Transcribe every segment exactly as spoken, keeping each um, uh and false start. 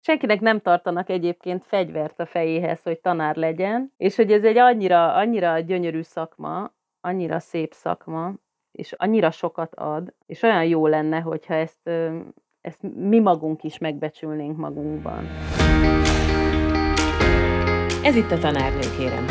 senkinek nem tartanak egyébként fegyvert a fejéhez, hogy tanár legyen, és hogy ez egy annyira, annyira gyönyörű szakma, annyira szép szakma, és annyira sokat ad, és olyan jó lenne, hogyha ezt, ezt mi magunk is megbecsülnénk magunkban. Ez itt a Tanárnő, kérem.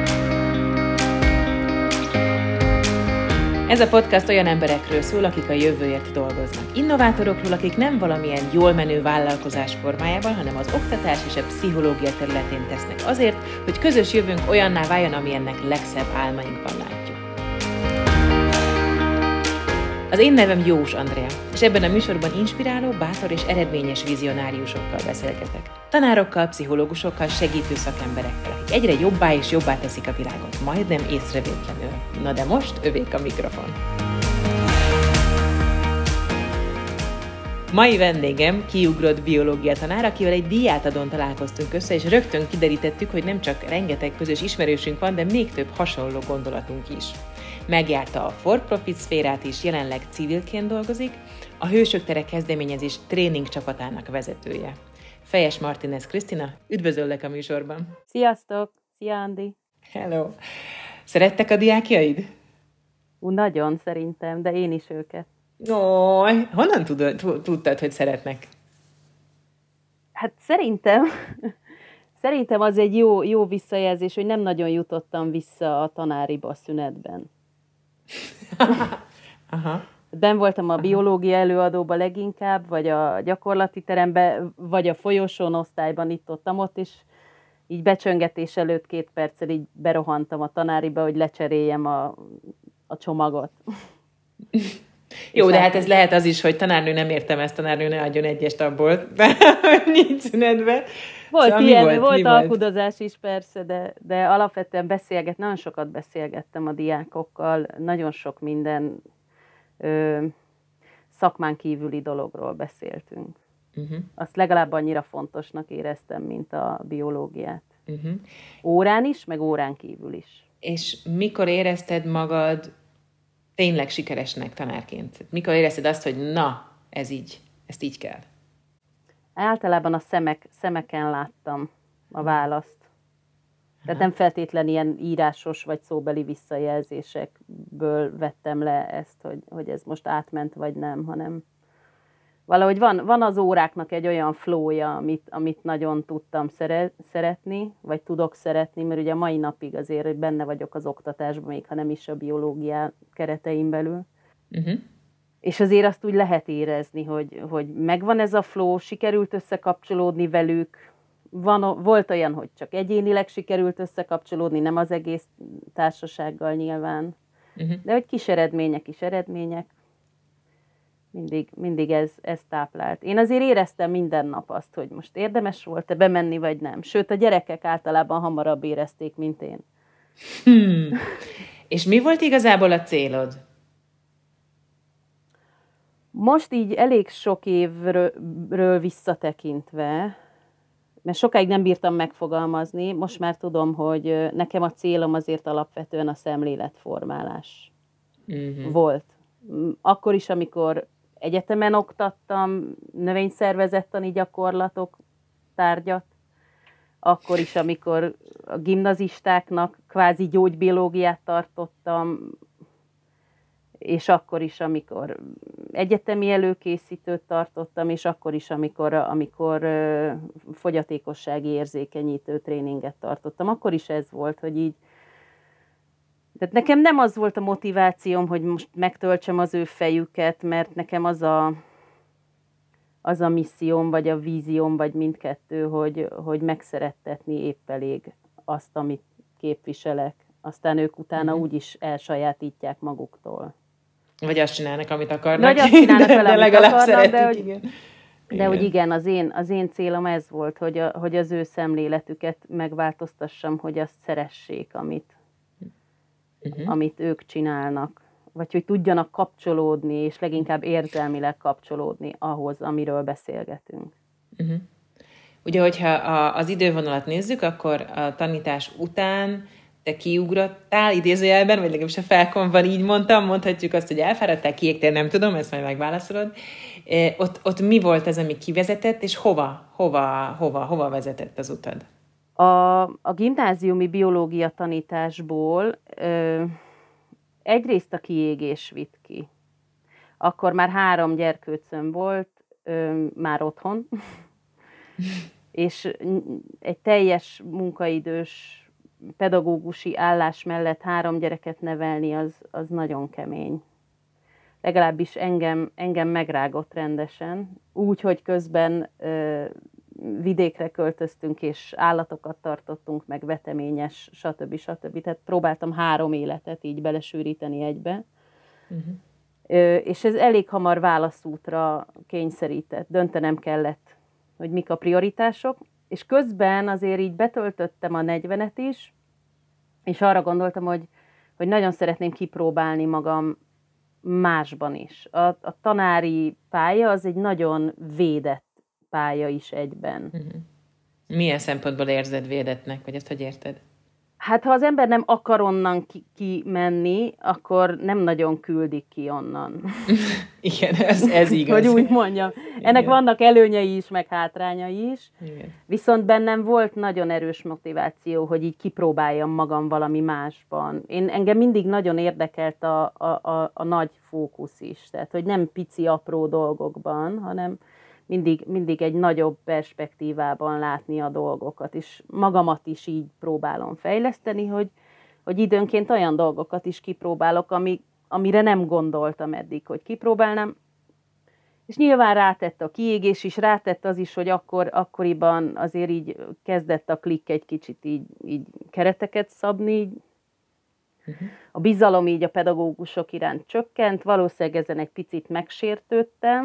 Ez a podcast olyan emberekről szól, akik a jövőért dolgoznak. Innovátorokról, akik nem valamilyen jól menő vállalkozás formájában, hanem az oktatás és a pszichológia területén tesznek azért, hogy közös jövőnk olyanná váljon, amilyennek legszebb álmainkban látjuk. Az én nevem Jós Andrea, és ebben a műsorban inspiráló, bátor és eredményes vizionáriusokkal beszélgetek. Tanárokkal, pszichológusokkal, segítő szakemberekkel, akik egyre jobbá és jobbá teszik a világot, majdnem észrevétlenül. Na de most övék a mikrofon. Mai vendégem kiugrott biológia tanár, akivel egy diátadón találkoztunk össze, és rögtön kiderítettük, hogy nem csak rengeteg közös ismerősünk van, de még több hasonló gondolatunk is. Megjárta a for-profit szférát is, jelenleg civilként dolgozik, a Hősök Tere kezdeményezés tréning csapatának vezetője. Fejes Martínez Krisztina, üdvözöllek a műsorban! Sziasztok! Szia, Andi! Hello! Szerettek a diákjaid? Ú, nagyon szerintem, de én is őket. Ó, honnan tudod, tudtad, hogy szeretnek? Hát szerintem, szerintem az egy jó, jó visszajelzés, hogy nem nagyon jutottam vissza a tanáriba szünetben. Aha. Ben voltam a Aha. biológia előadóba leginkább, vagy a gyakorlati teremben, vagy a folyosón osztályban itt-ottam ott, és így becsöngetés előtt két perccel így berohantam a tanáriba, hogy lecseréljem a, a csomagot. Jó, de hát ez lehet az is, hogy tanárnő nem értem ezt, tanárnő ne adjon egyest abból, de nincs szünetbe. Volt szóval ilyen, volt, volt volt alkudozás is persze, de, de alapvetően beszélget, nagyon sokat beszélgettem a diákokkal, nagyon sok minden ö, szakmán kívüli dologról beszéltünk. Uh-huh. Azt legalább annyira fontosnak éreztem, mint a biológiát. Uh-huh. Órán is, meg órán kívül is. És mikor érezted magad tényleg sikeresnek tanárként? Mikor érezted azt, hogy na, ez így, ezt így kell? Általában a szemek, szemeken láttam a választ. Tehát nem feltétlen ilyen írásos vagy szóbeli visszajelzésekből vettem le ezt, hogy, hogy ez most átment vagy nem, hanem valahogy van, van az óráknak egy olyan flowja, amit, amit nagyon tudtam szere, szeretni, vagy tudok szeretni, mert ugye a mai napig azért, hogy benne vagyok az oktatásban, még ha nem is a biológia keretein belül. Uh-huh. És azért azt úgy lehet érezni, hogy, hogy megvan ez a flow, sikerült összekapcsolódni velük. Van, volt olyan, hogy csak egyénileg sikerült összekapcsolódni, nem az egész társasággal nyilván. Uh-huh. De hogy kis eredmények is eredmények. Mindig, mindig ez, ez táplált. Én azért éreztem minden nap azt, hogy most érdemes volt-e bemenni, vagy nem. Sőt, a gyerekek általában hamarabb érezték, mint én. Hmm. És mi volt igazából a célod? Most így elég sok évről visszatekintve, mert sokáig nem bírtam megfogalmazni, most már tudom, hogy nekem a célom azért alapvetően a szemléletformálás uh-huh. volt. Akkor is, amikor egyetemen oktattam növényszervezettani gyakorlatok tárgyat, akkor is, amikor a gimnazistáknak kvázi gyógybiológiát tartottam, és akkor is, amikor egyetemi előkészítőt tartottam, és akkor is, amikor, amikor fogyatékossági érzékenyítő tréninget tartottam. Akkor is ez volt, hogy így. Tehát nekem nem az volt a motivációm, hogy most megtöltsem az ő fejüket, mert nekem az a, az a misszióm, vagy a vízióm, vagy mindkettő, hogy, hogy megszerettetni épp elég azt, amit képviselek. Aztán ők utána mm-hmm. úgyis elsajátítják maguktól. Vagy azt csinálnak, amit akarnak. Vagy azt csinálnak de, vele, de amit legalább akarnak, szeretik, de hogy, igen. De igen. hogy igen, az én, az én célom ez volt, hogy, a, hogy az ő szemléletüket megváltoztassam, hogy azt szeressék, amit, uh-huh. amit ők csinálnak. Vagy hogy tudjanak kapcsolódni, és leginkább érzelmileg kapcsolódni ahhoz, amiről beszélgetünk. Uh-huh. Ugye, hogyha a, az idővonalat nézzük, akkor a tanítás után te kiugrottál idézőjelben, vagy legalábbis a felkonban így mondtam, mondhatjuk azt, hogy elfáradtál, kiégtél, nem tudom, ezt majd megválaszolod. E, ott, ott mi volt az, ami kivezetett, és hova, hova, hova, hova vezetett az utad? A, a gimnáziumi biológia tanításból ö, egyrészt a kiégés vitt ki. Akkor már három gyerkőcöm volt, ö, már otthon, és egy teljes munkaidős pedagógusi állás mellett három gyereket nevelni, az, az nagyon kemény. Legalábbis engem, engem megrágott rendesen. Úgy, hogy közben ö, vidékre költöztünk, és állatokat tartottunk, meg veteményes, stb. stb. Tehát próbáltam három életet így belesűríteni egybe. Uh-huh. Ö, és ez elég hamar válaszútra kényszerített. Döntenem kellett, hogy mik a prioritások. És közben azért így betöltöttem a negyvenet is, és arra gondoltam, hogy, hogy nagyon szeretném kipróbálni magam másban is. A, a tanári pálya az egy nagyon védett pálya is egyben. Uh-huh. Milyen szempontból érzed védettnek, vagy ezt hogy érted? Hát ha az ember nem akar onnan ki- kimenni, akkor nem nagyon küldik ki onnan. Igen, ez, ez igaz. Hogy úgy mondjam. Ennek Igen. vannak előnyei is, meg hátrányai is. Igen. Viszont bennem volt nagyon erős motiváció, hogy így kipróbáljam magam valami másban. Én, engem mindig nagyon érdekelt a, a, a, a nagy fókusz is. Tehát, hogy nem pici, apró dolgokban, hanem mindig, mindig egy nagyobb perspektívában látni a dolgokat, és magamat is így próbálom fejleszteni, hogy, hogy időnként olyan dolgokat is kipróbálok, ami, amire nem gondoltam eddig, hogy kipróbálnám. És nyilván rátett a kiégés is, rátett az is, hogy akkor, akkoriban azért így kezdett a klikk egy kicsit így, így kereteket szabni, így. Uh-huh. A bizalom így a pedagógusok iránt csökkent, valószínűleg ezen egy picit megsértődtem.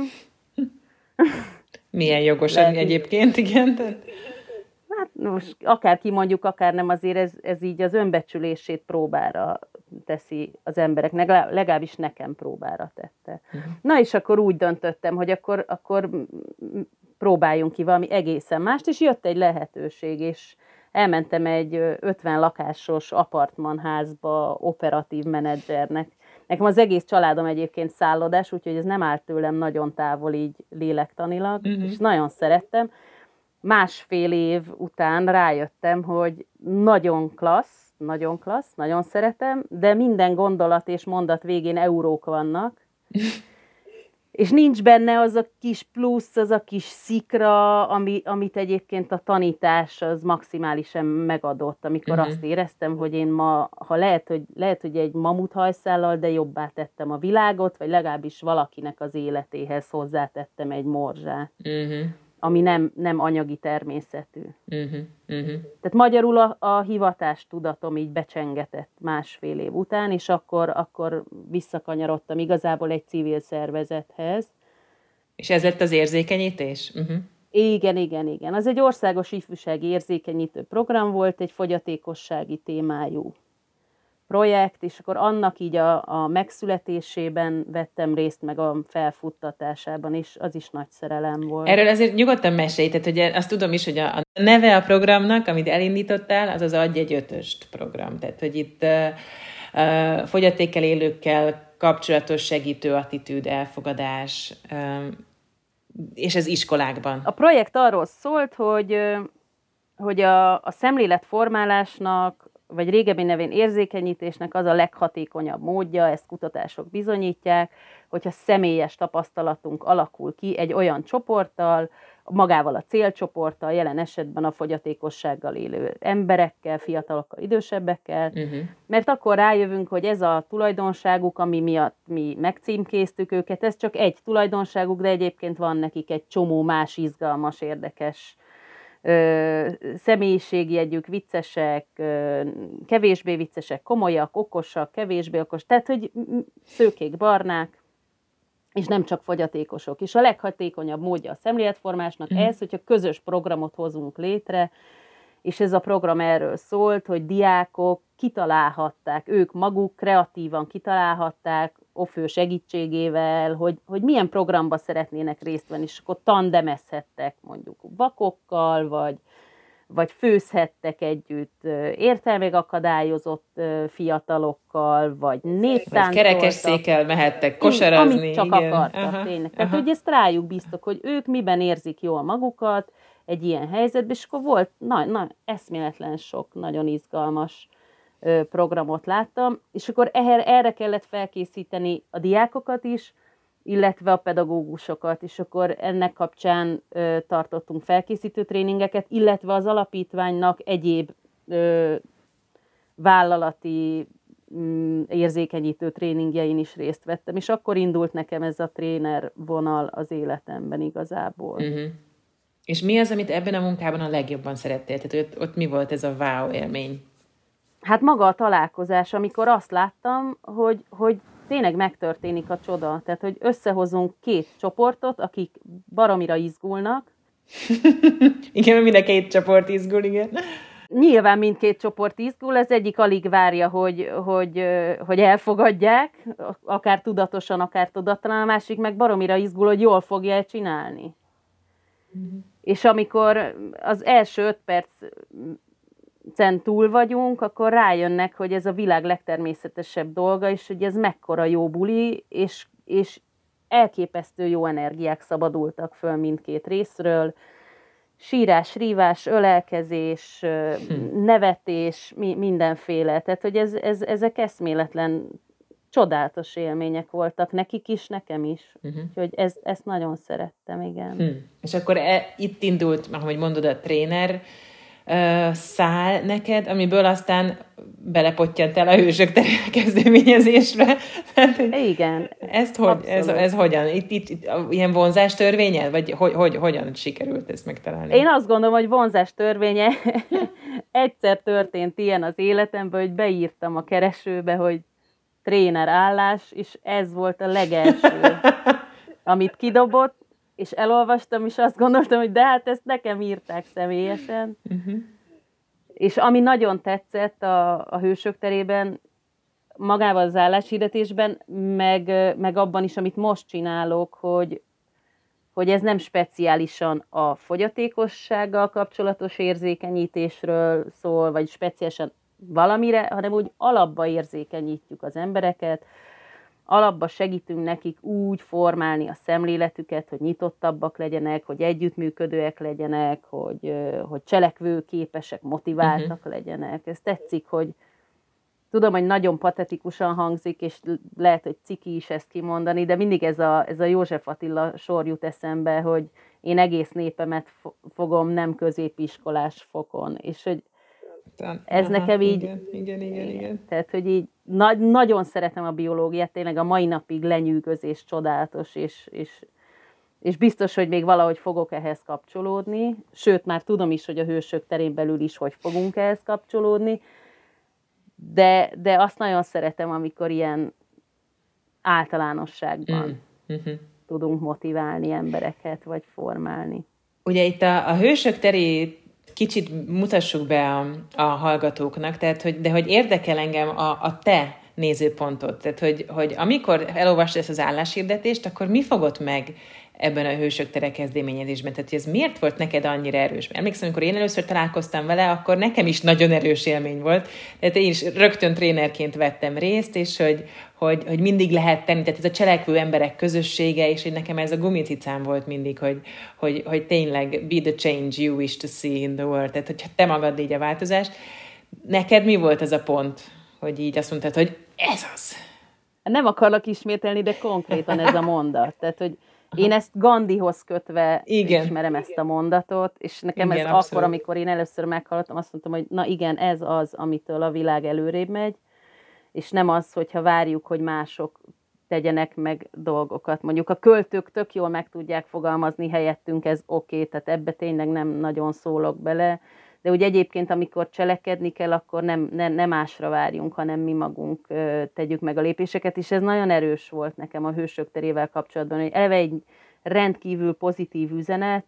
Milyen jogosan egyébként, igen. Hát most akár kimondjuk, akár nem, azért ez, ez így az önbecsülését próbára teszi az embereknek, legalábbis nekem próbára tette. Uh-huh. Na és akkor úgy döntöttem, hogy akkor, akkor próbáljunk ki valami egészen mást, és jött egy lehetőség, és elmentem egy ötven lakásos apartmanházba operatív menedzsernek. Nekem az egész családom egyébként szállodás, úgyhogy ez nem állt tőlem nagyon távol így lélektanilag, uh-huh. és nagyon szerettem. Másfél év után rájöttem, hogy nagyon klassz, nagyon klassz, nagyon szeretem, de minden gondolat és mondat végén eurók vannak, és nincs benne az a kis plusz, az a kis szikra, ami, amit egyébként a tanítás az maximálisan megadott, amikor uh-huh. azt éreztem, hogy én ma, ha lehet, hogy, lehet, hogy egy mamuthajszállal, de jobbá tettem a világot, vagy legalábbis valakinek az életéhez hozzátettem egy morzsát, uh-huh. ami nem, nem anyagi természetű. Uh-huh. Uh-huh. Tehát magyarul a, a hivatástudatom így becsengetett másfél év után, és akkor, akkor visszakanyarodtam igazából egy civil szervezethez. És ez lett az érzékenyítés? Uh-huh. Igen, igen, igen. Az egy országos ifjúsági érzékenyítő program volt, egy fogyatékossági témájú projekt, és akkor annak így a, a megszületésében vettem részt, meg a felfuttatásában is, az is nagy szerelem volt. Erről azért nyugodtan mesélj, tehát ugye azt tudom is, hogy a, a neve a programnak, amit elindítottál, az az Adj egy ötöst program. Tehát, hogy itt uh, uh, fogyatékkel élőkkel kapcsolatos segítő attitűd, elfogadás, um, és ez iskolákban. A projekt arról szólt, hogy, hogy a, a szemléletformálásnak, vagy régebbi nevén érzékenyítésnek az a leghatékonyabb módja, ezt kutatások bizonyítják, hogyha személyes tapasztalatunk alakul ki egy olyan csoporttal, magával a célcsoporttal, jelen esetben a fogyatékossággal élő emberekkel, fiatalokkal, idősebbekkel, uh-huh. mert akkor rájövünk, hogy ez a tulajdonságuk, ami miatt mi megcímkéztük őket, ez csak egy tulajdonságuk, de egyébként van nekik egy csomó más izgalmas, érdekes Ö, személyiségjegyük, viccesek, ö, kevésbé viccesek, komolyak, okosak, kevésbé okos, tehát, hogy szőkék, barnák, és nem csak fogyatékosok. És a leghatékonyabb módja a szemléletformásnak mm. ez, hogyha közös programot hozunk létre, és ez a program erről szólt, hogy diákok kitalálhatták, ők maguk kreatívan kitalálhatták, Ofő segítségével, hogy, hogy milyen programba szeretnének részt venni, és akkor tandemezhettek mondjuk vakokkal, vagy, vagy főzhettek együtt értelmileg akadályozott fiatalokkal, vagy néptáncoltak. Vagy kerekesszékkel mehettek kosarazni. Amit csak igen. akartak Aha, tényleg. Tehát, aha. hogy ezt rájuk bíztak, hogy ők miben érzik jól magukat egy ilyen helyzetben, és akkor volt na, na, eszméletlen sok, nagyon izgalmas ö, programot láttam, és akkor erre, erre kellett felkészíteni a diákokat is, illetve a pedagógusokat, és akkor ennek kapcsán ö, tartottunk felkészítő tréningeket, illetve az alapítványnak egyéb ö, vállalati mm, érzékenyítő tréningjein is részt vettem, és akkor indult nekem ez a tréner vonal az életemben igazából. Uh-huh. És mi az, amit ebben a munkában a legjobban szerettél? Tehát ott, ott mi volt ez a wow élmény? Hát maga a találkozás, amikor azt láttam, hogy, hogy tényleg megtörténik a csoda. Tehát, hogy összehozunk két csoportot, akik baromira izgulnak. Igen, mind a két csoport izgul, igen. Nyilván mindkét csoport izgul, az egyik alig várja, hogy, hogy, hogy elfogadják, akár tudatosan, akár tudatlan, a másik meg baromira izgul, hogy jól fogja csinálni. Mm-hmm. És amikor az első öt percen túl vagyunk, akkor rájönnek, hogy ez a világ legtermészetesebb dolga, és hogy ez mekkora jó buli, és, és elképesztő jó energiák szabadultak föl mindkét részről. Sírás, rívás, ölelkezés, hm. nevetés, mi, mindenféle. Tehát, hogy ez, ez, ezek eszméletlen, csodálatos élmények voltak nekik is, nekem is. Uh-huh. Úgyhogy ez, ezt nagyon szerettem, igen. Hm. És akkor e, itt indult, ahogy mondod, a tréner uh, szál neked, amiből aztán belepottyant a Hősök tere kezdeményezésbe. Hát, igen. Ezt hogy, ez, ez hogyan? Itt, itt, itt ilyen vonzás törvénye? Vagy hogy, hogy, hogyan sikerült ezt megtalálni? Én azt gondolom, hogy vonzás törvénye egyszer történt ilyen az életemben, hogy beírtam a keresőbe, hogy tréner állás, és ez volt a legelső, amit kidobott, és elolvastam, és azt gondoltam, hogy de hát ezt nekem írták személyesen. Uh-huh. És ami nagyon tetszett a, a Hősök terében, magában az álláshirdetésben, meg, meg abban is, amit most csinálok, hogy, hogy ez nem speciálisan a fogyatékossággal kapcsolatos érzékenyítésről szól, vagy speciálisan valamire, hanem úgy alapba érzékenyítjük az embereket, alapba segítünk nekik úgy formálni a szemléletüket, hogy nyitottabbak legyenek, hogy együttműködőek legyenek, hogy, hogy cselekvőképesek, motiváltak uh-huh. legyenek. Ez tetszik, hogy tudom, hogy nagyon patetikusan hangzik, és lehet, hogy ciki is ezt kimondani, de mindig ez a, ez a József Attila sor jut eszembe, hogy én egész népemet fogom nem középiskolás fokon, és hogy ez Aha, nekem így... Igen, igen, igen, igen. Tehát, hogy így na- nagyon szeretem a biológiát, tényleg a mai napig lenyűgözés, csodálatos, és, és, és biztos, hogy még valahogy fogok ehhez kapcsolódni, sőt, már tudom is, hogy a Hősök terén belül is hogy fogunk ehhez kapcsolódni, de, de azt nagyon szeretem, amikor ilyen általánosságban mm. uh-huh. tudunk motiválni embereket, vagy formálni. Ugye itt a, a Hősök terét kicsit mutassuk be a, a hallgatóknak, tehát, hogy, de hogy érdekel engem a, a te nézőpontod, tehát, hogy, hogy amikor elolvastad ezt az álláshirdetést, akkor mi fogott meg ebben a Hősök tere kezdeményezésben? Tehát, hogy ez miért volt neked annyira erős? Emlékszem, amikor én először találkoztam vele, akkor nekem is nagyon erős élmény volt. Tehát én is rögtön trénerként vettem részt, és hogy, hogy, hogy mindig lehet tenni, tehát ez a cselekvő emberek közössége, és hogy nekem ez a gumicicám volt mindig, hogy, hogy, hogy tényleg be the change you wish to see in the world. Tehát, hogyha te magad légy a változás. Neked mi volt ez a pont, hogy így azt mondtad, hogy ez az? Nem akarlak ismételni, de konkrétan ez a mondat. Tehát, hogy én ezt Gandhihoz kötve igen. ismerem ezt a mondatot, és nekem igen, ez abszolút. Akkor, amikor én először meghallottam, azt mondtam, hogy na igen, ez az, amitől a világ előrébb megy, és nem az, hogyha várjuk, hogy mások tegyenek meg dolgokat. Mondjuk a költők tök jól meg tudják fogalmazni helyettünk, ez oké, okay, tehát ebbe tényleg nem nagyon szólok bele, de úgy egyébként, amikor cselekedni kell, akkor nem, ne, nem másra várjunk, hanem mi magunk ö, tegyük meg a lépéseket, és ez nagyon erős volt nekem a Hősök terével kapcsolatban, hogy eleve egy rendkívül pozitív üzenet,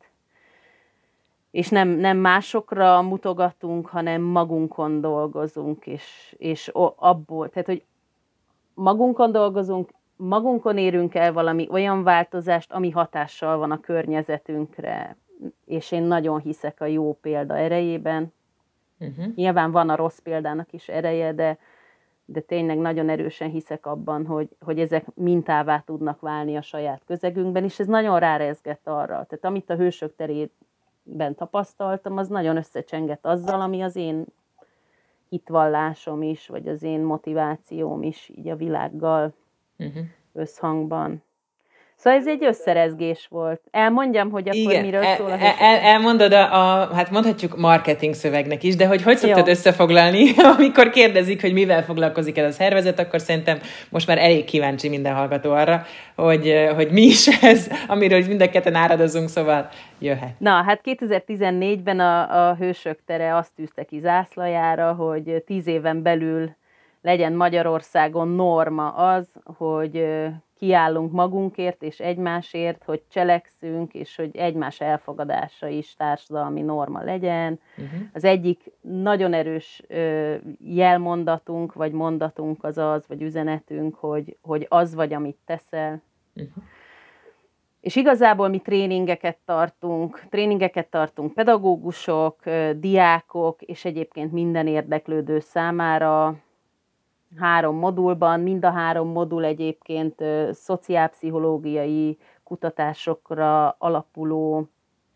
és nem, nem másokra mutogatunk, hanem magunkon dolgozunk, és, és abból, tehát, hogy magunkon dolgozunk, magunkon érünk el valami olyan változást, ami hatással van a környezetünkre, és én nagyon hiszek a jó példa erejében. Uh-huh. Nyilván van a rossz példának is ereje, de, de tényleg nagyon erősen hiszek abban, hogy, hogy ezek mintává tudnak válni a saját közegünkben, és ez nagyon rárezgett arra. Tehát amit a Hősök terében tapasztaltam, az nagyon összecsengett azzal, ami az én hitvallásom is, vagy az én motivációm is így a világgal uh-huh. összhangban. Szóval ez egy összerezgés volt. Elmondjam, hogy akkor igen, miről el, szól a el, el, Elmondod a, a, hát mondhatjuk marketing szövegnek is, de hogy hogy szoktad Jó. összefoglalni, amikor kérdezik, hogy mivel foglalkozik ez a szervezet, akkor szerintem most már elég kíváncsi minden hallgató arra, hogy, hogy mi is ez, amiről mind a ketten áradozunk, szóval jöhet. Na, hát kétezer-tizennégyben a, a Hősök tere azt tűzte ki zászlajára, hogy tíz éven belül legyen Magyarországon norma az, hogy kiállunk magunkért és egymásért, hogy cselekszünk, és hogy egymás elfogadása is társadalmi norma legyen. Uh-huh. Az egyik nagyon erős ö, jelmondatunk, vagy mondatunk az az, vagy üzenetünk, hogy, hogy az vagy, amit teszel. Uh-huh. És igazából mi tréningeket tartunk, tréningeket tartunk pedagógusok, diákok, és egyébként minden érdeklődő számára, három modulban, mind a három modul egyébként ö, szociálpszichológiai kutatásokra alapuló,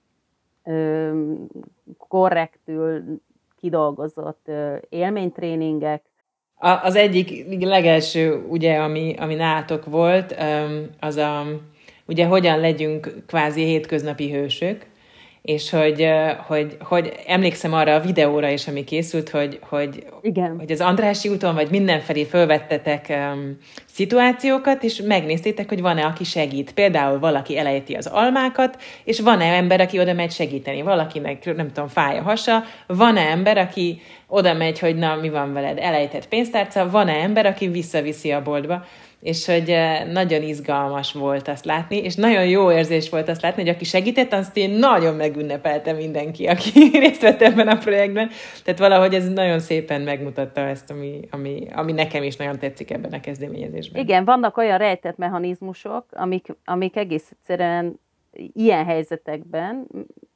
ö, korrektül kidolgozott ö, élménytréningek. A, az egyik legelső, ugye, ami, ami nálatok volt, az a, ugye hogyan legyünk kvázi hétköznapi hősök, és hogy, hogy, hogy emlékszem arra a videóra is, ami készült, hogy, hogy, hogy az Andrássy úton, vagy mindenfelé fölvettetek um, szituációkat, és megnéztétek, hogy van-e, aki segít. Például valaki elejti az almákat, és van-e ember, aki oda megy segíteni. Valakinek, nem tudom, fáj a hasa, van-e ember, aki oda megy, hogy na, mi van veled, elejtett pénztárca, van-e ember, aki visszaviszi a boltba. És hogy nagyon izgalmas volt azt látni, és nagyon jó érzés volt azt látni, hogy aki segített, azt én nagyon megünnepelte mindenki, aki részt vett ebben a projektben. Tehát valahogy ez nagyon szépen megmutatta ezt, ami, ami, ami nekem is nagyon tetszik ebben a kezdeményezésben. Igen, vannak olyan rejtett mechanizmusok, amik, amik egész egyszerűen ilyen helyzetekben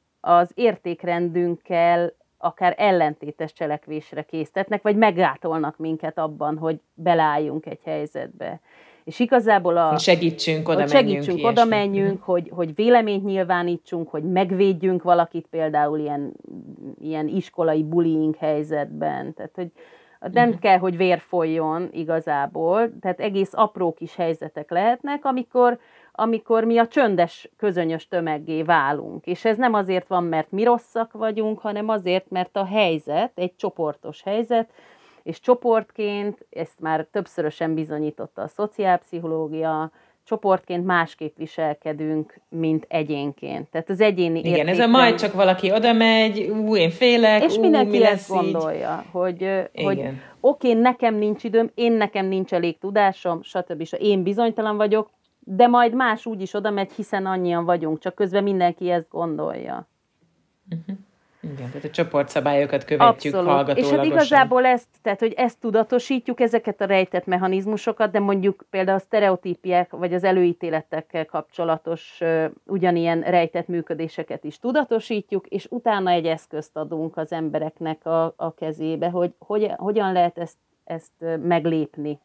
az értékrendünkkel akár ellentétes cselekvésre késztetnek, vagy meggátolnak minket abban, hogy beleálljunk egy helyzetbe. És igazából a... Segítsünk, oda hogy menjünk. Segítsünk, oda menjünk, hogy, hogy véleményt nyilvánítsunk, hogy megvédjünk valakit például ilyen, ilyen iskolai bullying helyzetben. Tehát, hogy nem uh-huh. kell, hogy vér folyjon igazából, tehát egész apró kis helyzetek lehetnek, amikor amikor mi a csöndes, közönyös tömeggé válunk. És ez nem azért van, mert mi rosszak vagyunk, hanem azért, mert a helyzet, egy csoportos helyzet, és csoportként, ezt már többszörösen bizonyította a szociálpszichológia, csoportként másképp viselkedünk, mint egyénként. Tehát az egyéni igen, értékrend... ez a majd csak valaki oda megy, ú, én félek, és ú, mindenki mi lesz ezt gondolja, így? hogy, hogy oké, okay, nekem nincs időm, én nekem nincs elég tudásom, stb. Én bizonytalan vagyok, de majd más úgy is oda megy, hiszen annyian vagyunk, csak közben mindenki ezt gondolja. Uh-huh. Igen, tehát a csoportszabályokat követjük hallgatólagosan. És hát igazából ezt, tehát, hogy ezt tudatosítjuk, ezeket a rejtett mechanizmusokat, de mondjuk például a sztereotípiák, vagy az előítéletekkel kapcsolatos uh, ugyanilyen rejtett működéseket is tudatosítjuk, és utána egy eszközt adunk az embereknek a, a kezébe, hogy, hogy hogyan lehet ezt, ezt meglépni.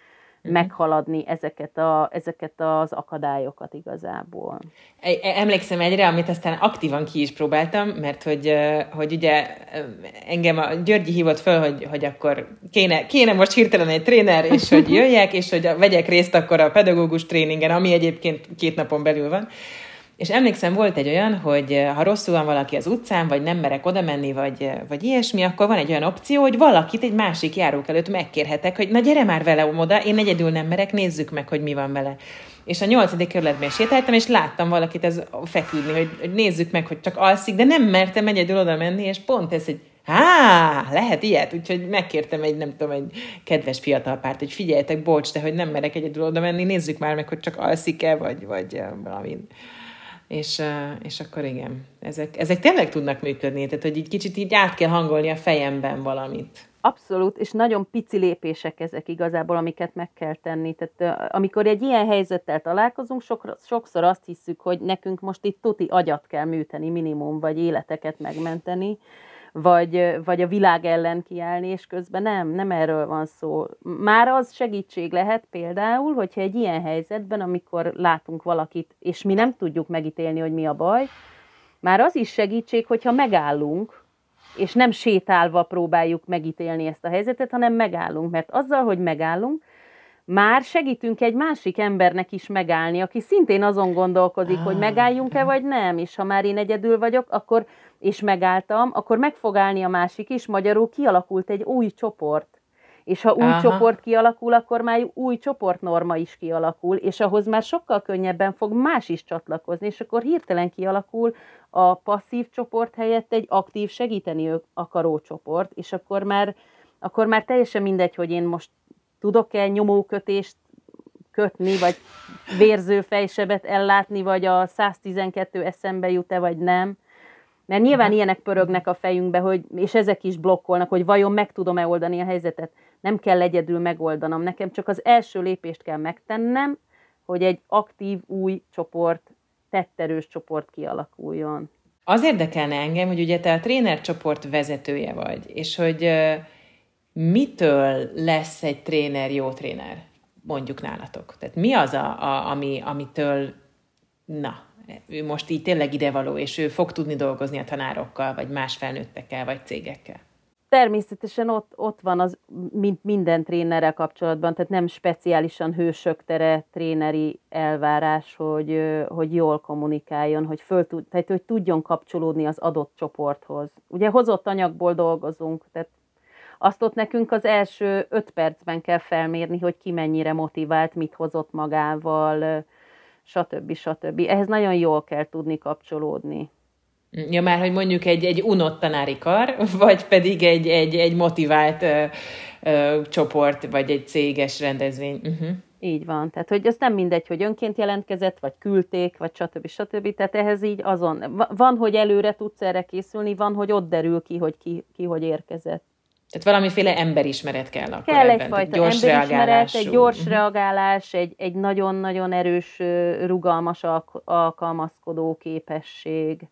Meghaladni ezeket, a, ezeket az akadályokat igazából. Emlékszem egyre, amit aztán aktívan ki is próbáltam, mert hogy, hogy ugye engem a Györgyi hívott föl, hogy, hogy akkor kéne, kéne most hirtelen egy tréner, és hogy jöjjek, és hogy vegyek részt akkor a pedagógus tréningen, ami egyébként két napon belül van. És emlékszem, volt egy olyan, hogy ha rosszul van valaki az utcán, vagy nem merek oda menni, vagy, vagy ilyesmi, akkor van egy olyan opció, hogy valakit egy másik járók előtt megkérhetek, hogy na gyere már vele oda, én egyedül nem merek, nézzük meg, hogy mi van vele. És a nyolcadik kerületben sétáltam, és láttam valakit ez feküdni, hogy, hogy nézzük meg, hogy csak alszik, de nem mertem egyedül oda menni, és pont ez, hogy há, lehet ilyet, úgyhogy megkértem egy, nem tudom, egy kedves fiatal párt, hogy figyeljetek, bocs, de hogy nem merek egyedül oda menni, nézzük már meg, hogy csak alszik-e, vagy, vagy valami. És, és akkor igen, ezek, ezek tényleg tudnak működni, tehát hogy így kicsit így át kell hangolni a fejemben valamit. Abszolút, és nagyon pici lépések ezek igazából, amiket meg kell tenni. Tehát amikor egy ilyen helyzettel találkozunk, sok, sokszor azt hiszük, hogy nekünk most itt tuti agyat kell műteni minimum, vagy életeket megmenteni, vagy, vagy a világ ellen kiállni, és közben nem, nem erről van szó. Már az segítség lehet például, hogyha egy ilyen helyzetben, amikor látunk valakit, és mi nem tudjuk megítélni, hogy mi a baj, már az is segítség, hogyha megállunk, és nem sétálva próbáljuk megítélni ezt a helyzetet, hanem megállunk, mert azzal, hogy megállunk, már segítünk egy másik embernek is megállni, aki szintén azon gondolkodik, ah. hogy megálljunk-e vagy nem, és ha már én egyedül vagyok, akkor, és megálltam, akkor meg fog állni a másik is, magyarul kialakult egy új csoport. És ha új Aha. csoport kialakul, akkor már új csoportnorma is kialakul, és ahhoz már sokkal könnyebben fog más is csatlakozni, és akkor hirtelen kialakul a passzív csoport helyett egy aktív, segíteni akaró csoport, és akkor már, akkor már teljesen mindegy, hogy én most tudok-e nyomókötést kötni, vagy vérző fejsebet ellátni, vagy a száztizenkettő eszembe jut-e, vagy nem. Mert nyilván Aha. ilyenek pörögnek a fejünkbe, hogy, és ezek is blokkolnak, hogy vajon meg tudom-e oldani a helyzetet. Nem kell egyedül megoldanom, nekem csak az első lépést kell megtennem, hogy egy aktív, új csoport, tetterős csoport kialakuljon. Az érdekelne engem, hogy ugye te a trénercsoport vezetője vagy, és hogy uh, mitől lesz egy tréner jó tréner, mondjuk nálatok? Tehát mi az, a, a, ami, amitől, na, ő most így tényleg idevaló, és ő fog tudni dolgozni a tanárokkal, vagy más felnőttekkel, vagy cégekkel? Természetesen ott, ott van az, mint minden trénerrel kapcsolatban, tehát nem speciálisan hősöktere tréneri elvárás, hogy, hogy jól kommunikáljon, hogy, föl tud, tehát, hogy tudjon kapcsolódni az adott csoporthoz. Ugye hozott anyagból dolgozunk, tehát azt ott nekünk az első öt percben kell felmérni, hogy ki mennyire motivált, mit hozott magával, stb. stb. Ehhez nagyon jól kell tudni kapcsolódni. Ja, már, hogy mondjuk egy, egy unott tanári kar, vagy pedig egy, egy, egy motivált ö, ö, csoport, vagy egy céges rendezvény. Uh-huh. Így van. Tehát, hogy az nem mindegy, hogy önként jelentkezett, vagy küldték, vagy stb. stb. Tehát ehhez így azon. Van, hogy előre tudsz erre készülni, van, hogy ott derül ki, hogy ki, ki hogy érkezett. Tehát valamiféle emberismeret kell akkor kell ebben. Egyfajta emberismeret, egy gyors uh-huh. reagálás, egy, egy nagyon-nagyon erős, rugalmas alkalmazkodó képesség.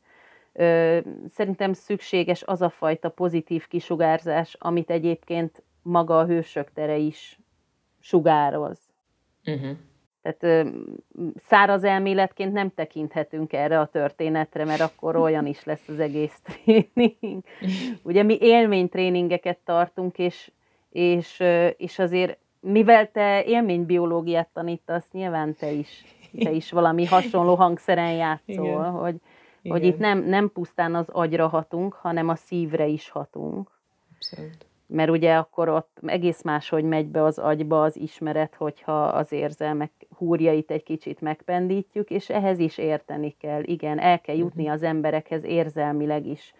Szerintem szükséges az a fajta pozitív kisugárzás, amit egyébként maga a hősök tere is sugároz. Uh-huh. Tehát száraz elméletként nem tekinthetünk erre a történetre, mert akkor olyan is lesz az egész tréning. Ugye mi élménytréningeket tartunk, és, és, és azért, mivel te élménybiológiát tanítasz, nyilván te is, te is valami hasonló hangszeren játszol, Igen. hogy Igen. hogy itt nem, nem pusztán az agyra hatunk, hanem a szívre is hatunk. Abszolút. Mert ugye akkor ott egész máshogy megy be az agyba az ismeret, hogyha az érzelmek húrjait egy kicsit megpendítjük, és ehhez is érteni kell. Igen, el kell jutni uh-huh. az emberekhez érzelmileg is.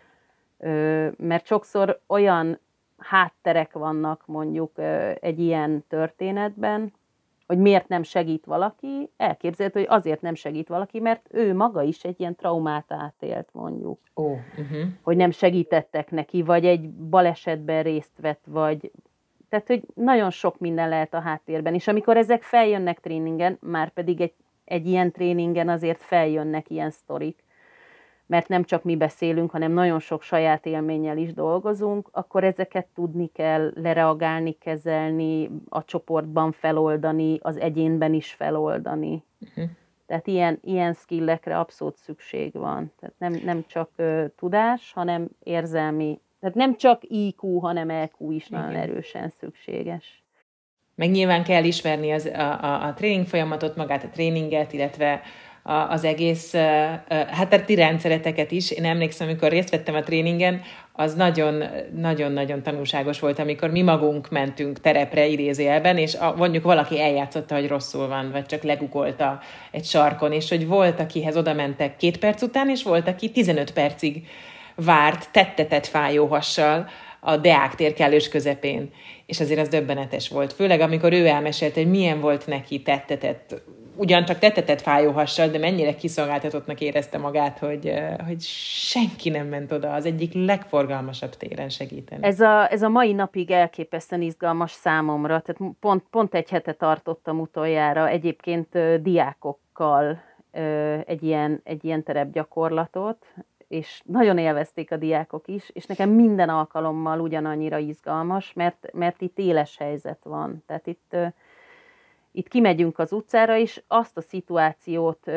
Ö, mert sokszor olyan hátterek vannak mondjuk ö, egy ilyen történetben, hogy miért nem segít valaki, elképzelhető, hogy azért nem segít valaki, mert ő maga is egy ilyen traumát átélt, mondjuk. Oh, uh-huh. Hogy nem segítettek neki, vagy egy balesetben részt vett, vagy... Tehát, hogy nagyon sok minden lehet a háttérben, és amikor ezek feljönnek tréningen, már pedig egy, egy ilyen tréningen azért feljönnek ilyen sztorik, mert nem csak mi beszélünk, hanem nagyon sok saját élménnyel is dolgozunk, akkor ezeket tudni kell, lereagálni, kezelni, a csoportban feloldani, az egyénben is feloldani. Uh-huh. Tehát ilyen, ilyen skillekre abszolút szükség van. Tehát nem, nem csak uh, tudás, hanem érzelmi. Tehát nem csak í kú, hanem é kú is Igen. nagyon erősen szükséges. Meg nyilván kell ismerni az, a, a, a tréning folyamatot, magát a tréninget, illetve az egész, hát a ti rendszereteket is. Én emlékszem, amikor részt vettem a tréningen, az nagyon-nagyon tanulságos volt, amikor mi magunk mentünk terepre idézőjelben, és a, mondjuk valaki eljátszotta, hogy rosszul van, vagy csak legugolta egy sarkon, és hogy volt, akihez oda mentek két perc után, és volt, aki tizenöt percig várt, tettetett fájó hassal a Deák tér kellős közepén. És azért az döbbenetes volt. Főleg, amikor ő elmesélte, hogy milyen volt neki tettetett ugyancsak tettetett fájóhassal, de mennyire kiszolgáltatottnak érezte magát, hogy, hogy senki nem ment oda az egyik legforgalmasabb téren segíteni. Ez a, ez a mai napig elképesztően izgalmas számomra, tehát pont, pont egy hete tartottam utoljára egyébként diákokkal egy ilyen, egy ilyen terepgyakorlatot, és nagyon élvezték a diákok is, és nekem minden alkalommal ugyanannyira izgalmas, mert, mert itt éles helyzet van. Tehát itt, itt kimegyünk az utcára, és azt a szituációt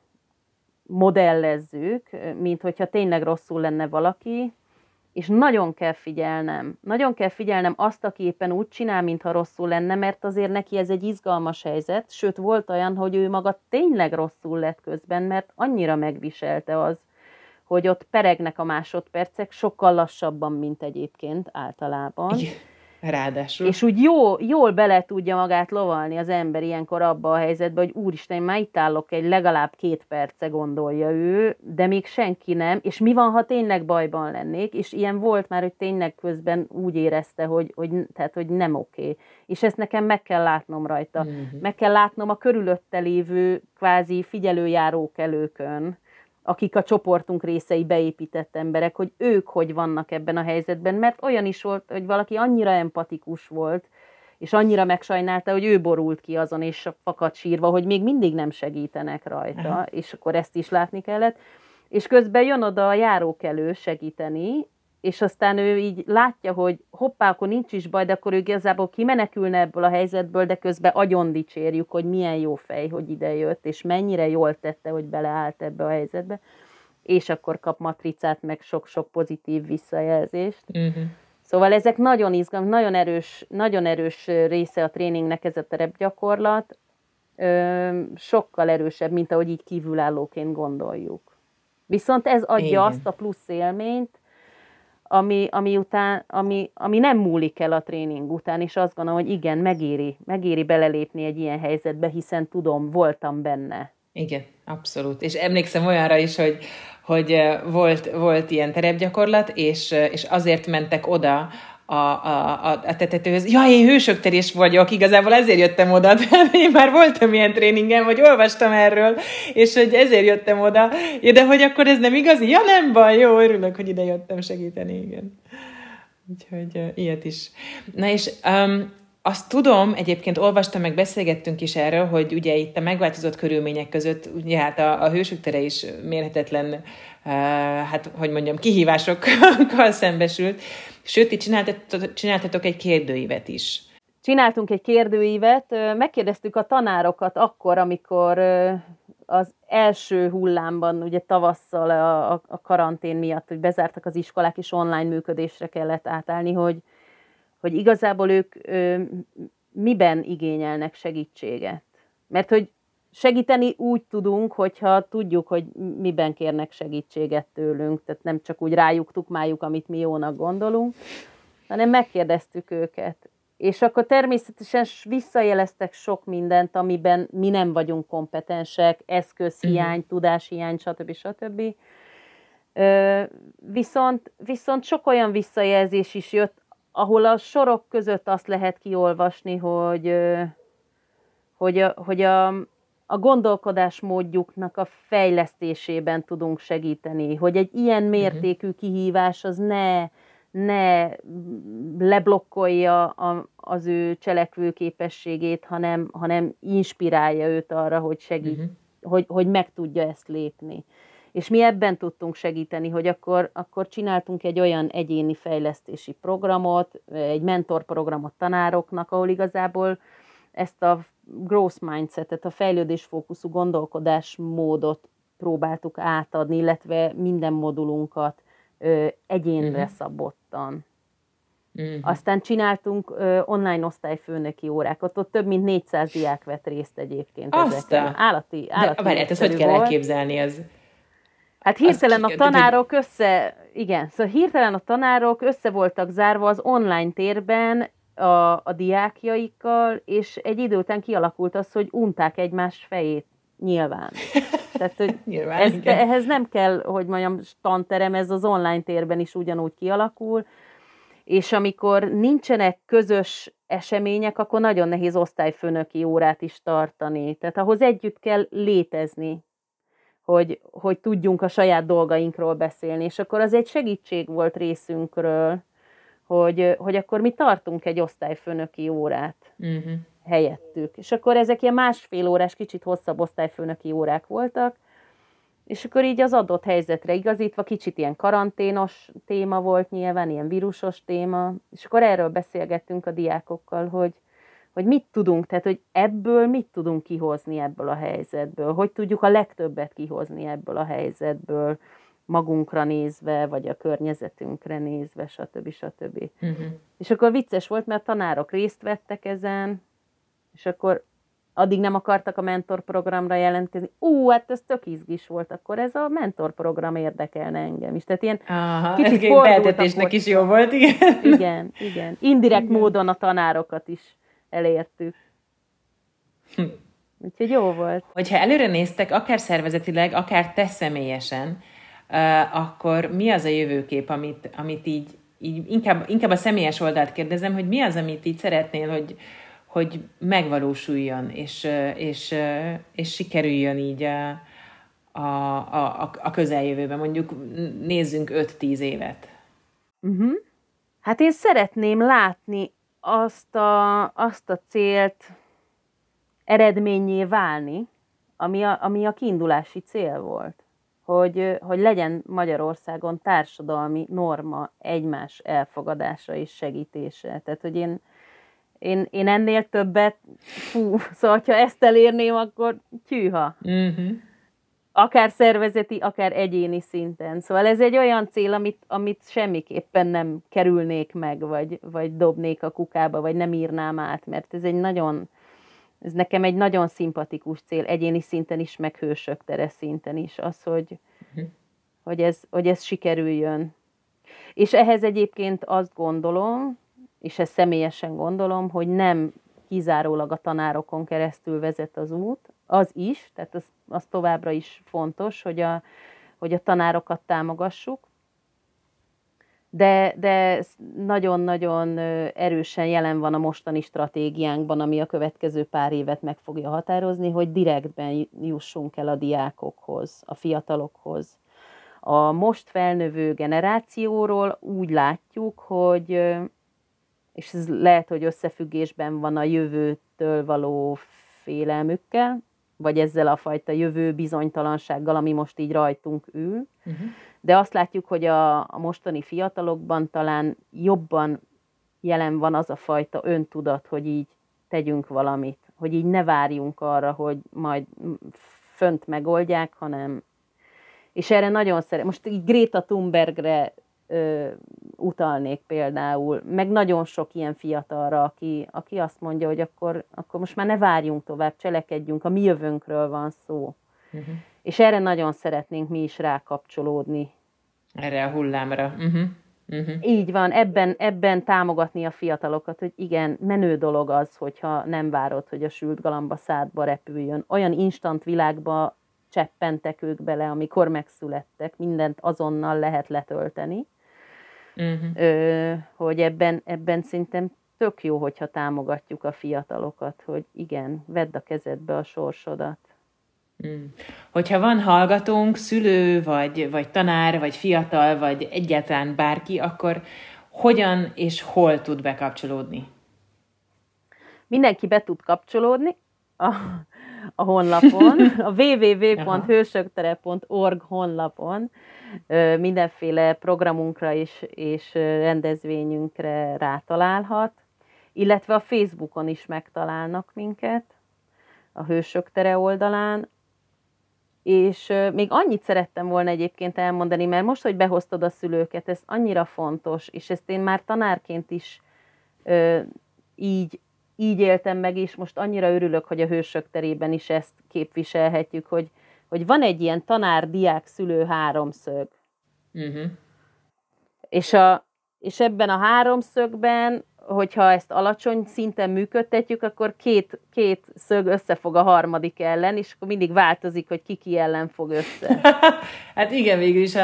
modellezzük, mint hogyha tényleg rosszul lenne valaki, és nagyon kell figyelnem. Nagyon kell figyelnem azt, aki éppen úgy csinál, mintha rosszul lenne, mert azért neki ez egy izgalmas helyzet, sőt volt olyan, hogy ő maga tényleg rosszul lett közben, mert annyira megviselte az, hogy ott peregnek a másodpercek sokkal lassabban, mint egyébként általában. Igen, ráadásul. És úgy jó, jól bele tudja magát lovalni az ember ilyenkor abba a helyzetbe, hogy úristen, én már itt állok egy legalább két perce, gondolja ő, de még senki nem, és mi van, ha tényleg bajban lennék, és ilyen volt már, hogy tényleg közben úgy érezte, hogy, hogy, tehát, hogy nem oké. És ezt nekem meg kell látnom rajta. Mm-hmm. Meg kell látnom a körülötte lévő kvázi figyelőjárókelőkön, akik a csoportunk részei, beépített emberek, hogy ők hogy vannak ebben a helyzetben, mert olyan is volt, hogy valaki annyira empatikus volt, és annyira megsajnálta, hogy ő borult ki azon, és fakad sírva, hogy még mindig nem segítenek rajta, Aha. és akkor ezt is látni kellett. És közben jön oda a járókelő segíteni, és aztán ő így látja, hogy hoppá, akkor nincs is baj, de akkor ő igazából kimenekülne ebből a helyzetből, de közben agyon dicsérjük, hogy milyen jó fej, hogy ide jött, és mennyire jól tette, hogy beleállt ebbe a helyzetbe, és akkor kap matricát, meg sok-sok pozitív visszajelzést. Uh-huh. Szóval ezek nagyon izgalmas, nagyon erős, nagyon erős része a tréningnek ez a terepgyakorlat, sokkal erősebb, mint ahogy így kívülállóként gondoljuk. Viszont ez adja Igen. azt a plusz élményt, Ami, ami, után, ami, ami nem múlik el a tréning után, és azt gondolom, hogy igen, megéri, megéri belelépni egy ilyen helyzetbe, hiszen tudom, voltam benne. Igen, abszolút. És emlékszem olyanra is, hogy, hogy volt, volt ilyen terepgyakorlat, és, és azért mentek oda a, a, a, a tetetőhöz. Ja, én hősökterés vagyok, igazából ezért jöttem oda, tehát én már voltam ilyen tréningen, vagy olvastam erről, és hogy ezért jöttem oda. Ja, de hogy akkor ez nem igazi? Ja, nem baj, jó, örülök, hogy ide jöttem segíteni, igen. Úgyhogy uh, ilyet is. Na és um, azt tudom, egyébként olvastam, meg beszélgettünk is erről, hogy ugye itt a megváltozott körülmények között, ugye hát a, a hősöktere is mérhetetlen, uh, hát hogy mondjam, kihívásokkal szembesült. Sőt, ti csináltatok, csináltatok egy kérdőívet is. Csináltunk egy kérdőívet, megkérdeztük a tanárokat akkor, amikor az első hullámban, ugye tavasszal a, a karantén miatt, hogy bezártak az iskolák, és online működésre kellett átállni, hogy, hogy igazából ők miben igényelnek segítséget. Mert hogy segíteni úgy tudunk, hogyha tudjuk, hogy miben kérnek segítséget tőlünk, tehát nem csak úgy rájuk tukmáljuk, amit mi jónak gondolunk, hanem megkérdeztük őket. És akkor természetesen visszajeleztek sok mindent, amiben mi nem vagyunk kompetensek, eszközhiány, uh-huh. tudáshiány, stb. stb. Viszont, viszont sok olyan visszajelzés is jött, ahol a sorok között azt lehet kiolvasni, hogy, hogy, a, hogy a, a gondolkodásmódjuknak a fejlesztésében tudunk segíteni, hogy egy ilyen mértékű kihívás az ne, ne leblokkolja a, az ő cselekvőképességét, hanem, hanem inspirálja őt arra, hogy segít, uh-huh. hogy, hogy meg tudja ezt lépni. És mi ebben tudtunk segíteni, hogy akkor, akkor csináltunk egy olyan egyéni fejlesztési programot, egy mentorprogramot tanároknak, ahol igazából ezt a growth mindsetet, a fejlődésfókuszú gondolkodásmódot próbáltuk átadni, illetve minden modulunkat ö, egyénre uh-huh. szabottan. Uh-huh. Aztán csináltunk ö, online osztályfőnöki órákat, ott több mint négyszáz diák vett részt egyébként ezeken. Állati, állati. De várját, ezt hogy kell elképzelni? Az... Hát hirtelen a tanárok össze, igen, szóval hirtelen a tanárok össze voltak zárva az online térben a, a diákjaikkal, és egy idő után kialakult az, hogy unták egymás fejét, nyilván. Tehát, hogy nyilván, ez, ehhez nem kell, hogy mondjam, tanterem, ez az online térben is ugyanúgy kialakul, És amikor nincsenek közös események, akkor nagyon nehéz osztályfőnöki órát is tartani. Tehát ahhoz együtt kell létezni, hogy, hogy tudjunk a saját dolgainkról beszélni. És akkor az egy segítség volt részünkről, hogy, hogy akkor mi tartunk egy osztályfőnöki órát uh-huh. helyettük. És akkor ezek ilyen másfél órás, kicsit hosszabb osztályfőnöki órák voltak, és akkor így az adott helyzetre igazítva, kicsit ilyen karanténos téma volt nyilván, ilyen vírusos téma, és akkor erről beszélgettünk a diákokkal, hogy, hogy mit tudunk, tehát hogy ebből mit tudunk kihozni ebből a helyzetből, hogy tudjuk a legtöbbet kihozni ebből a helyzetből, magunkra nézve, vagy a környezetünkre nézve, stb. stb. Uh-huh. És akkor vicces volt, mert a tanárok részt vettek ezen, és akkor addig nem akartak a mentorprogramra jelentkezni. Ú, hát ez tök izgis volt, akkor ez a mentorprogram érdekelne engem is. Tehát ilyen Aha, kicsit beeltetésnek is jó volt, igen. Igen, igen. Indirekt igen. módon a tanárokat is elértük. Hm. Úgyhogy jó volt. Hogyha előre néztek, akár szervezetileg, akár te személyesen, uh, akkor mi az a jövőkép, amit, amit így, így inkább, inkább a személyes oldalt kérdezem, hogy mi az, amit így szeretnél, hogy hogy megvalósuljon, és, és, és sikerüljön így a, a, a, a közeljövőben. Mondjuk nézzünk öt-tíz évet. Uh-huh. Hát én szeretném látni azt a, azt a célt eredménnyé válni, ami a, ami a kiindulási cél volt. Hogy, hogy legyen Magyarországon társadalmi norma egymás elfogadása és segítése. Tehát, hogy én Én, én ennél többet, fú, szóval, ha ezt elérném, akkor tyűha. Uh-huh. Akár szervezeti, akár egyéni szinten. Szóval ez egy olyan cél, amit, amit semmiképpen nem kerülnék meg, vagy, vagy dobnék a kukába, vagy nem írnám át, mert ez egy nagyon, ez nekem egy nagyon szimpatikus cél, egyéni szinten is, meg Hősök tere szinten is, az, hogy, uh-huh. hogy, ez, hogy ez sikerüljön. És ehhez egyébként azt gondolom, és ezt személyesen gondolom, hogy nem kizárólag a tanárokon keresztül vezet az út, az is, tehát az, az továbbra is fontos, hogy a, hogy a tanárokat támogassuk, de, de nagyon-nagyon erősen jelen van a mostani stratégiánkban, ami a következő pár évet meg fogja határozni, hogy direktben jussunk el a diákokhoz, a fiatalokhoz. A most felnövő generációról úgy látjuk, hogy és ez lehet, hogy összefüggésben van a jövőtől való félelmükkel, vagy ezzel a fajta jövő bizonytalansággal, ami most így rajtunk ül. Uh-huh. De azt látjuk, hogy a, a mostani fiatalokban talán jobban jelen van az a fajta öntudat, hogy így tegyünk valamit, hogy így ne várjunk arra, hogy majd fönt megoldják, hanem... És erre nagyon szeret. Most így Greta Thunbergre Ö, utalnék például, meg nagyon sok ilyen fiatalra, aki, aki azt mondja, hogy akkor, akkor most már ne várjunk tovább, cselekedjünk, a mi jövőnkről van szó. Uh-huh. És erre nagyon szeretnénk mi is rákapcsolódni. Erre a hullámra. Uh-huh. Uh-huh. Így van, ebben, ebben támogatni a fiatalokat, hogy igen, menő dolog az, hogyha nem várod, hogy a sült galamba szádba repüljön. Olyan instant világba cseppentek ők bele, amikor megszülettek, mindent azonnal lehet letölteni. Uh-huh. Ö, hogy ebben, ebben szerintem tök jó, hogyha támogatjuk a fiatalokat, hogy igen, vedd a kezedbe a sorsodat. Mm. Hogyha van hallgatónk, szülő, vagy, vagy tanár, vagy fiatal, vagy egyáltalán bárki, akkor hogyan és hol tud bekapcsolódni? Mindenki be tud kapcsolódni a, a honlapon, a double-u double-u double-u pont hősöktere pont org honlapon. Mindenféle programunkra is, és rendezvényünkre rátalálhat, illetve a Facebookon is megtalálnak minket, a Hősök tere oldalán, és még annyit szerettem volna egyébként elmondani, mert most, hogy behoztad a szülőket, ez annyira fontos, és ezt én már tanárként is ö, így, így éltem meg, és most annyira örülök, hogy a Hősök terében is ezt képviselhetjük, hogy hogy van egy ilyen tanár-diák-szülő háromszög. Uh-huh. És, a, és ebben a háromszögben, hogyha ezt alacsony szinten működtetjük, akkor két, két szög összefog a harmadik ellen, és akkor mindig változik, hogy ki ki ellen fog össze. Hát igen, végül is a,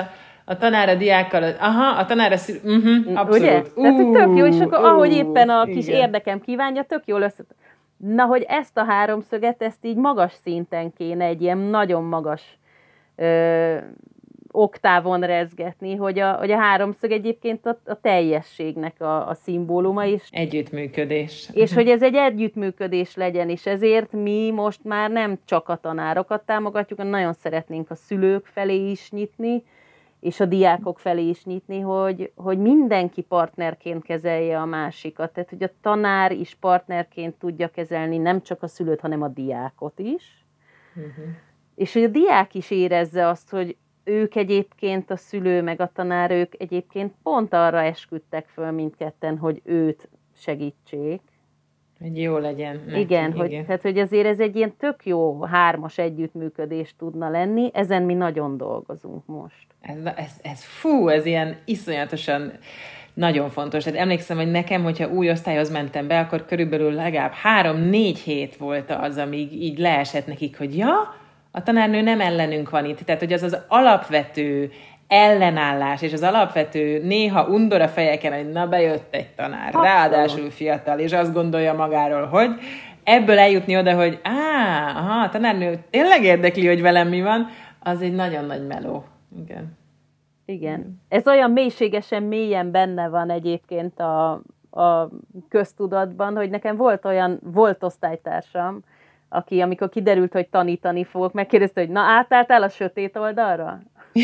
a tanár a diákkal, aha, a tanár a szülő, uh-huh, abszolút. Ugye? Uh, Tehát, hogy tök jó, és akkor uh, ahogy éppen a kis igen. érdekem kívánja, tök jól össze... Na, hogy ezt a háromszöget, ezt így magas szinten kéne, egy ilyen nagyon magas ö, oktávon rezgetni, hogy a, hogy a háromszög egyébként a, a teljességnek a, a szimbóluma is. Együttműködés. És hogy ez egy együttműködés legyen, és ezért mi most már nem csak a tanárokat támogatjuk, hanem nagyon szeretnénk a szülők felé is nyitni, és a diákok felé is nyitni, hogy, hogy mindenki partnerként kezelje a másikat. Tehát, hogy a tanár is partnerként tudja kezelni nem csak a szülőt, hanem a diákot is. Uh-huh. És hogy a diák is érezze azt, hogy ők egyébként, a szülő meg a tanár, ők egyébként pont arra esküdtek föl mindketten, hogy őt segítsék. Hogy jó legyen. Neki, igen, igen. Hogy, tehát, hogy azért ez egy ilyen tök jó hármas együttműködés tudna lenni, ezen mi nagyon dolgozunk most. Ez, ez, ez fú, ez ilyen iszonyatosan nagyon fontos. Tehát emlékszem, hogy nekem, hogyha új osztályhoz mentem be, akkor körülbelül legalább három-négy hét volt az, amíg így leesett nekik, hogy ja, a tanárnő nem ellenünk van itt. Tehát, hogy az az alapvető ellenállás, és az alapvető néha undor a fejeken, hogy na bejött egy tanár, abszolút. Ráadásul fiatal, és azt gondolja magáról, hogy ebből eljutni oda, hogy á, aha, a tanárnő tényleg érdekli, hogy velem mi van, az egy nagyon nagy meló. Igen. Igen. Ez olyan mélységesen mélyen benne van egyébként a, a köztudatban, hogy nekem volt olyan, volt osztálytársam, aki amikor kiderült, hogy tanítani fogok, megkérdezte, hogy na átálltál a sötét oldalra?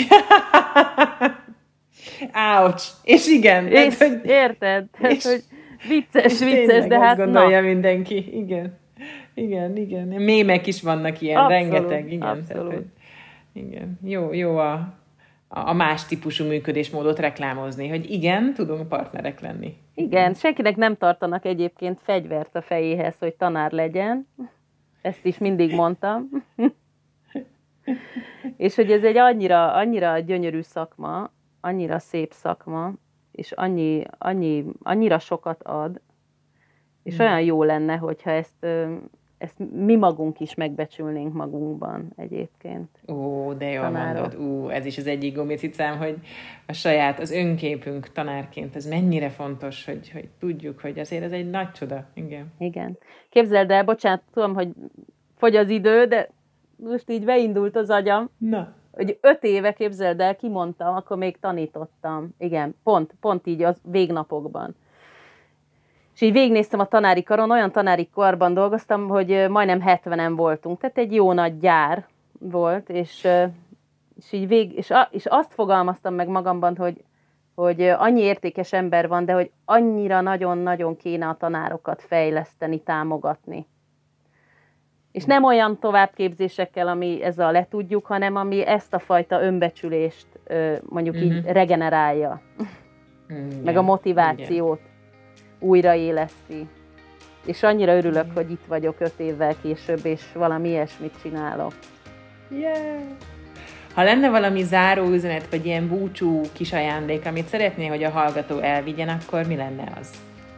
Ouch! És igen. És, tehát, hogy... Érted? Tehát, és, hogy vicces, és vicces, de hát gondolja na. mindenki. Igen. Igen, igen. Mémek is vannak ilyen, abszolút, rengeteg. Igen. Abszolút. Tehát, hogy, igen. Jó, jó a, a más típusú működésmódot reklámozni, hogy igen, tudunk partnerek lenni. Igen, senkinek nem tartanak egyébként fegyvert a fejéhez, hogy tanár legyen. Ezt is mindig mondtam. És hogy ez egy annyira, annyira gyönyörű szakma, annyira szép szakma, és annyi, annyi, annyira sokat ad, és olyan jó lenne, hogyha ezt, ezt mi magunk is megbecsülnénk magunkban egyébként. Ó, de jól tanárok. mondod. Ú, ez is az egyik gumicicám, hogy a saját, az önképünk tanárként, ez mennyire fontos, hogy, hogy tudjuk, hogy azért ez egy nagy csoda. Igen. Igen. Képzeld el, bocsánat, tudom, hogy fogy az idő, de most így beindult az agyam. Na. Hogy öt éve, képzeld el, kimondtam, akkor még tanítottam. Igen, pont, pont így az végnapokban. És így végignéztem a tanári karon, olyan tanári karban dolgoztam, hogy majdnem hetvenen voltunk, tehát egy jó nagy gyár volt, és, és így vég, és, a, és azt fogalmaztam meg magamban, hogy, hogy annyi értékes ember van, de hogy annyira nagyon-nagyon kéne a tanárokat fejleszteni, támogatni. És nem olyan továbbképzésekkel, ami ezzel le tudjuk, hanem ami ezt a fajta önbecsülést mondjuk mm-hmm. így regenerálja. Mm, meg a motivációt igen. újraéleszti. És annyira örülök, hogy itt vagyok öt évvel később, és valami ilyesmit csinálok. Yeah. Ha lenne valami záró üzenet, vagy ilyen búcsú kis ajándék, amit szeretné, hogy a hallgató elvigyen, akkor mi lenne az?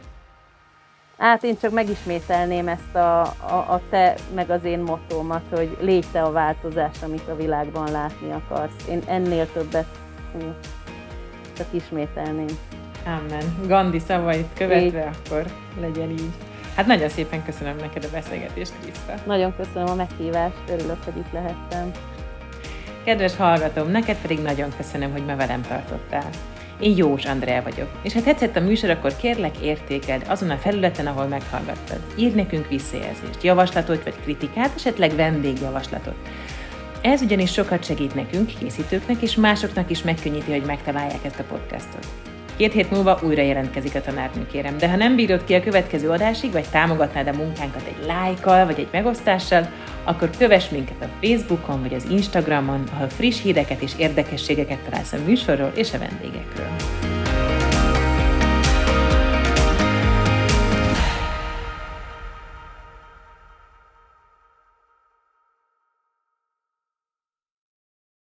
Hát én csak megismételném ezt a, a, a te meg az én mottómat, hogy légy te a változás, amit a világban látni akarsz. Én ennél többet hú, csak ismételném. Amen. Gandhi szavait követve, így. Akkor legyen így. Hát nagyon szépen köszönöm neked a beszélgetést, Kriszta. Nagyon köszönöm a meghívást, örülök, hogy itt lehettem. Kedves hallgatom, neked pedig nagyon köszönöm, hogy ma velem tartottál. Én Jós Andrea vagyok, és ha tetszett a műsor, akkor kérlek értékeld azon a felületen, ahol meghallgattad. Írj nekünk visszajelzést, javaslatot vagy kritikát, esetleg vendégjavaslatot. Ez ugyanis sokat segít nekünk, készítőknek és másoknak is megkönnyíti, hogy megtalálják ezt a podcastot. Két hét múlva újra jelentkezik a tanárnő, kérem, de ha nem bírod ki a következő adásig, vagy támogatnád a munkánkat egy lájkkal, vagy egy megosztással, akkor kövess minket a Facebookon, vagy az Instagramon, ahol friss híreket és érdekességeket találsz a műsorról és a vendégekről.